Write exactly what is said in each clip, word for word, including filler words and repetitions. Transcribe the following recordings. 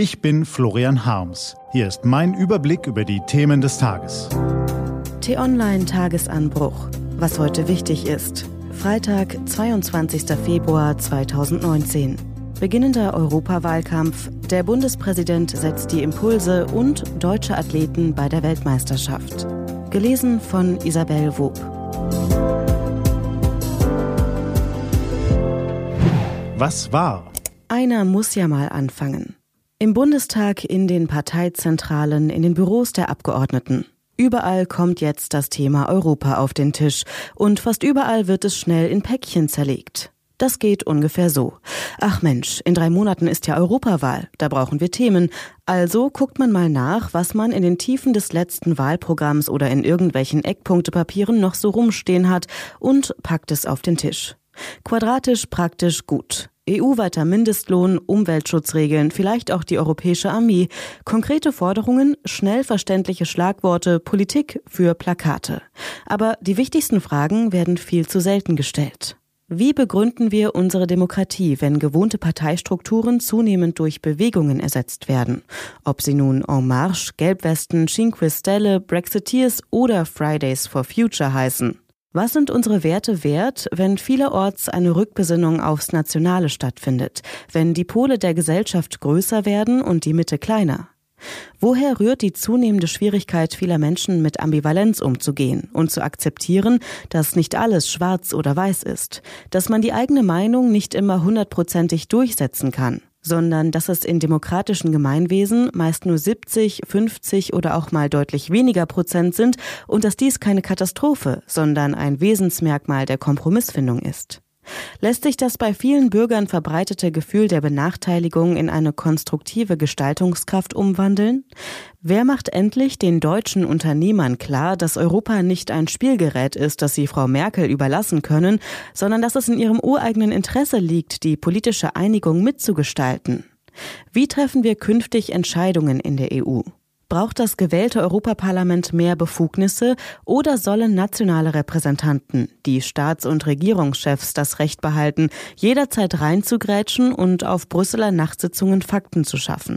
Ich bin Florian Harms. Hier ist mein Überblick über die Themen des Tages. T-Online-Tagesanbruch. Was heute wichtig ist. Freitag, zweiundzwanzigster Februar zweitausendneunzehn. Beginnender Europawahlkampf. Der Bundespräsident setzt die Impulse und deutsche Athleten bei der Weltmeisterschaft. Gelesen von Isabel Wob. Was war? Einer muss ja mal anfangen. Im Bundestag, in den Parteizentralen, in den Büros der Abgeordneten. Überall kommt jetzt das Thema Europa auf den Tisch und fast überall wird es schnell in Päckchen zerlegt. Das geht ungefähr so. Ach Mensch, in drei Monaten ist ja Europawahl, da brauchen wir Themen. Also guckt man mal nach, was man in den Tiefen des letzten Wahlprogramms oder in irgendwelchen Eckpunktepapieren noch so rumstehen hat und packt es auf den Tisch. Quadratisch, praktisch, gut. E U-weiter Mindestlohn, Umweltschutzregeln, vielleicht auch die Europäische Armee. Konkrete Forderungen, schnell verständliche Schlagworte, Politik für Plakate. Aber die wichtigsten Fragen werden viel zu selten gestellt. Wie begründen wir unsere Demokratie, wenn gewohnte Parteistrukturen zunehmend durch Bewegungen ersetzt werden? Ob sie nun En Marche, Gelbwesten, Cinque Stelle, Brexiteers oder Fridays for Future heißen. Was sind unsere Werte wert, wenn vielerorts eine Rückbesinnung aufs Nationale stattfindet, wenn die Pole der Gesellschaft größer werden und die Mitte kleiner? Woher rührt die zunehmende Schwierigkeit vieler Menschen, mit Ambivalenz umzugehen und zu akzeptieren, dass nicht alles schwarz oder weiß ist, dass man die eigene Meinung nicht immer hundertprozentig durchsetzen kann, sondern dass es in demokratischen Gemeinwesen meist nur siebzig, fünfzig oder auch mal deutlich weniger Prozent sind und dass dies keine Katastrophe, sondern ein Wesensmerkmal der Kompromissfindung ist? Lässt sich das bei vielen Bürgern verbreitete Gefühl der Benachteiligung in eine konstruktive Gestaltungskraft umwandeln? Wer macht endlich den deutschen Unternehmern klar, dass Europa nicht ein Spielgerät ist, das sie Frau Merkel überlassen können, sondern dass es in ihrem ureigenen Interesse liegt, die politische Einigung mitzugestalten? Wie treffen wir künftig Entscheidungen in der E U? Braucht das gewählte Europaparlament mehr Befugnisse oder sollen nationale Repräsentanten, die Staats- und Regierungschefs, das Recht behalten, jederzeit reinzugrätschen und auf Brüsseler Nachtsitzungen Fakten zu schaffen?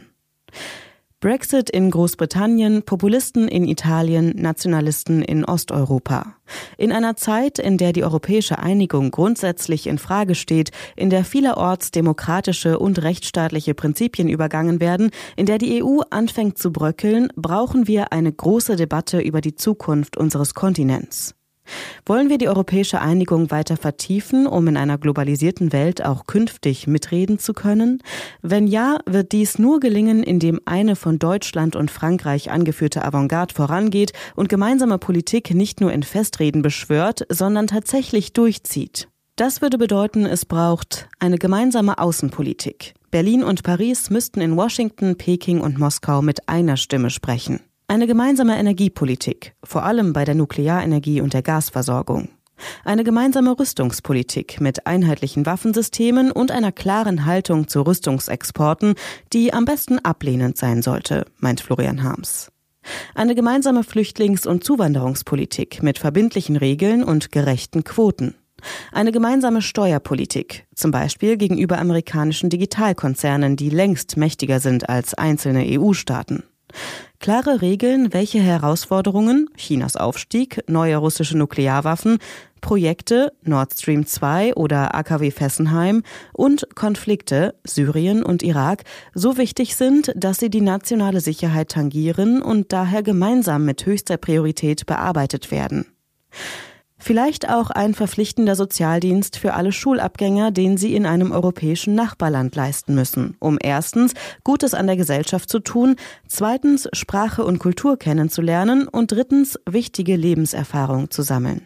Brexit in Großbritannien, Populisten in Italien, Nationalisten in Osteuropa. In einer Zeit, in der die europäische Einigung grundsätzlich in Frage steht, in der vielerorts demokratische und rechtsstaatliche Prinzipien übergangen werden, in der die E U anfängt zu bröckeln, brauchen wir eine große Debatte über die Zukunft unseres Kontinents. Wollen wir die europäische Einigung weiter vertiefen, um in einer globalisierten Welt auch künftig mitreden zu können? Wenn ja, wird dies nur gelingen, indem eine von Deutschland und Frankreich angeführte Avantgarde vorangeht und gemeinsame Politik nicht nur in Festreden beschwört, sondern tatsächlich durchzieht. Das würde bedeuten, es braucht eine gemeinsame Außenpolitik. Berlin und Paris müssten in Washington, Peking und Moskau mit einer Stimme sprechen. Eine gemeinsame Energiepolitik, vor allem bei der Nuklearenergie und der Gasversorgung. Eine gemeinsame Rüstungspolitik mit einheitlichen Waffensystemen und einer klaren Haltung zu Rüstungsexporten, die am besten ablehnend sein sollte, meint Florian Harms. Eine gemeinsame Flüchtlings- und Zuwanderungspolitik mit verbindlichen Regeln und gerechten Quoten. Eine gemeinsame Steuerpolitik, zum Beispiel gegenüber amerikanischen Digitalkonzernen, die längst mächtiger sind als einzelne E U-Staaten. Klare Regeln, welche Herausforderungen, Chinas Aufstieg, neue russische Nuklearwaffen, Projekte, Nord Stream zwei oder A K W Fessenheim und Konflikte, Syrien und Irak, so wichtig sind, dass sie die nationale Sicherheit tangieren und daher gemeinsam mit höchster Priorität bearbeitet werden. Vielleicht auch ein verpflichtender Sozialdienst für alle Schulabgänger, den sie in einem europäischen Nachbarland leisten müssen, um erstens Gutes an der Gesellschaft zu tun, zweitens Sprache und Kultur kennenzulernen und drittens wichtige Lebenserfahrung zu sammeln.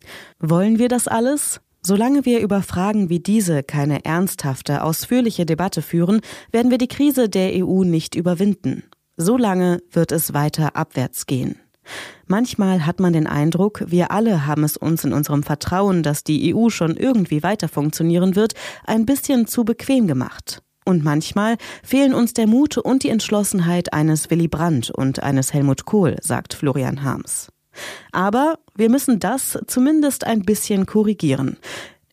Wollen wir das alles? Solange wir über Fragen wie diese keine ernsthafte, ausführliche Debatte führen, werden wir die Krise der E U nicht überwinden. Solange wird es weiter abwärts gehen. Manchmal hat man den Eindruck, wir alle haben es uns in unserem Vertrauen, dass die E U schon irgendwie weiter funktionieren wird, ein bisschen zu bequem gemacht. Und manchmal fehlen uns der Mut und die Entschlossenheit eines Willy Brandt und eines Helmut Kohl, sagt Florian Harms. Aber wir müssen das zumindest ein bisschen korrigieren.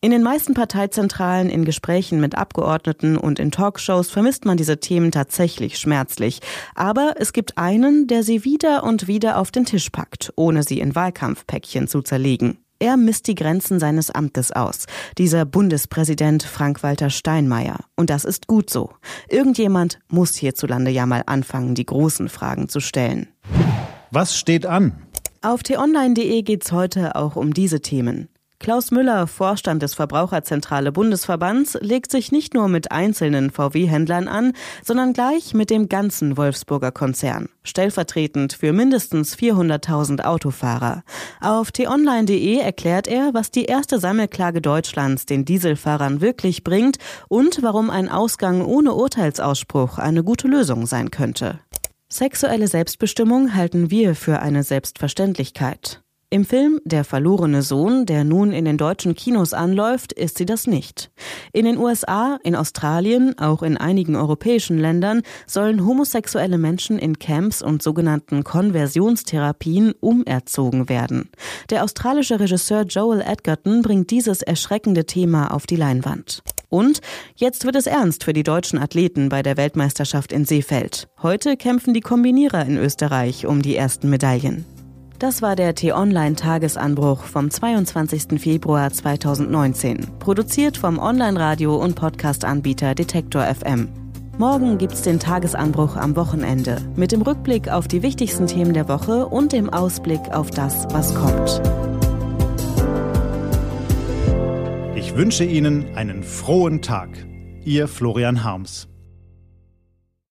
In den meisten Parteizentralen, in Gesprächen mit Abgeordneten und in Talkshows vermisst man diese Themen tatsächlich schmerzlich. Aber es gibt einen, der sie wieder und wieder auf den Tisch packt, ohne sie in Wahlkampfpäckchen zu zerlegen. Er misst die Grenzen seines Amtes aus. Dieser Bundespräsident Frank-Walter Steinmeier. Und das ist gut so. Irgendjemand muss hierzulande ja mal anfangen, die großen Fragen zu stellen. Was steht an? Auf t online punkt de geht's heute auch um diese Themen. Klaus Müller, Vorstand des Verbraucherzentrale Bundesverbands, legt sich nicht nur mit einzelnen V W-Händlern an, sondern gleich mit dem ganzen Wolfsburger Konzern, stellvertretend für mindestens vierhunderttausend Autofahrer. Auf t online punkt de erklärt er, was die erste Sammelklage Deutschlands den Dieselfahrern wirklich bringt und warum ein Ausgang ohne Urteilsausspruch eine gute Lösung sein könnte. Sexuelle Selbstbestimmung halten wir für eine Selbstverständlichkeit. Im Film Der verlorene Sohn, der nun in den deutschen Kinos anläuft, ist sie das nicht. In den U S A, in Australien, auch in einigen europäischen Ländern sollen homosexuelle Menschen in Camps und sogenannten Konversionstherapien umerzogen werden. Der australische Regisseur Joel Edgerton bringt dieses erschreckende Thema auf die Leinwand. Und jetzt wird es ernst für die deutschen Athleten bei der Weltmeisterschaft in Seefeld. Heute kämpfen die Kombinierer in Österreich um die ersten Medaillen. Das war der T-Online-Tagesanbruch vom zweiundzwanzigsten Februar zweitausendneunzehn. Produziert vom Online-Radio- und Podcast-Anbieter Detektor F M. Morgen gibt's den Tagesanbruch am Wochenende. Mit dem Rückblick auf die wichtigsten Themen der Woche und dem Ausblick auf das, was kommt. Ich wünsche Ihnen einen frohen Tag. Ihr Florian Harms.